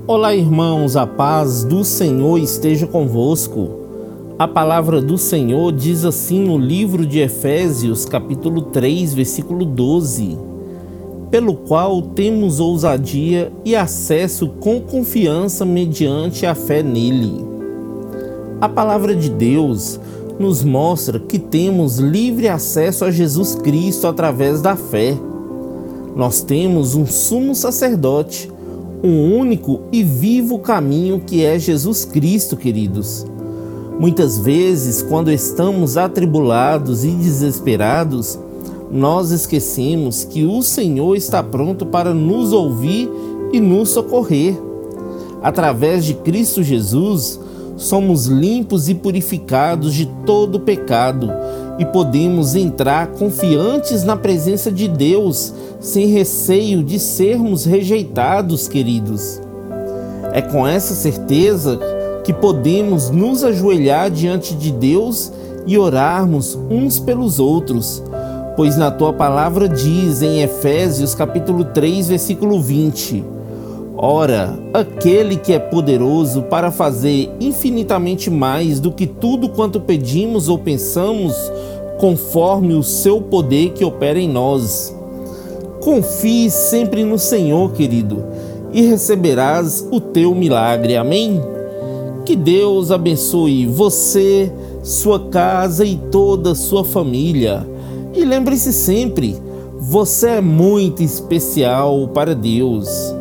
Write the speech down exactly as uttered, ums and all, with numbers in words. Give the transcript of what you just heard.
Olá, irmãos, a paz do Senhor esteja convosco. A palavra do Senhor diz assim no livro de Efésios, capítulo três, versículo doze: pelo qual temos ousadia e acesso com confiança mediante a fé nele. A palavra de Deus nos mostra que temos livre acesso a Jesus Cristo através da fé. Nós temos um sumo sacerdote, um único e vivo caminho que é Jesus Cristo, queridos. Muitas vezes, quando estamos atribulados e desesperados, nós esquecemos que o Senhor está pronto para nos ouvir e nos socorrer. Através de Cristo Jesus, somos limpos e purificados de todo pecado e podemos entrar confiantes na presença de Deus, sem receio de sermos rejeitados, queridos. É com essa certeza que podemos nos ajoelhar diante de Deus e orarmos uns pelos outros, pois na tua palavra diz em Efésios capítulo três, versículo vinte: ora, aquele que é poderoso para fazer infinitamente mais do que tudo quanto pedimos ou pensamos, conforme o seu poder que opera em nós. Confie sempre no Senhor, querido, e receberás o teu milagre. Amém? Que Deus abençoe você, sua casa e toda a sua família. E lembre-se sempre, você é muito especial para Deus.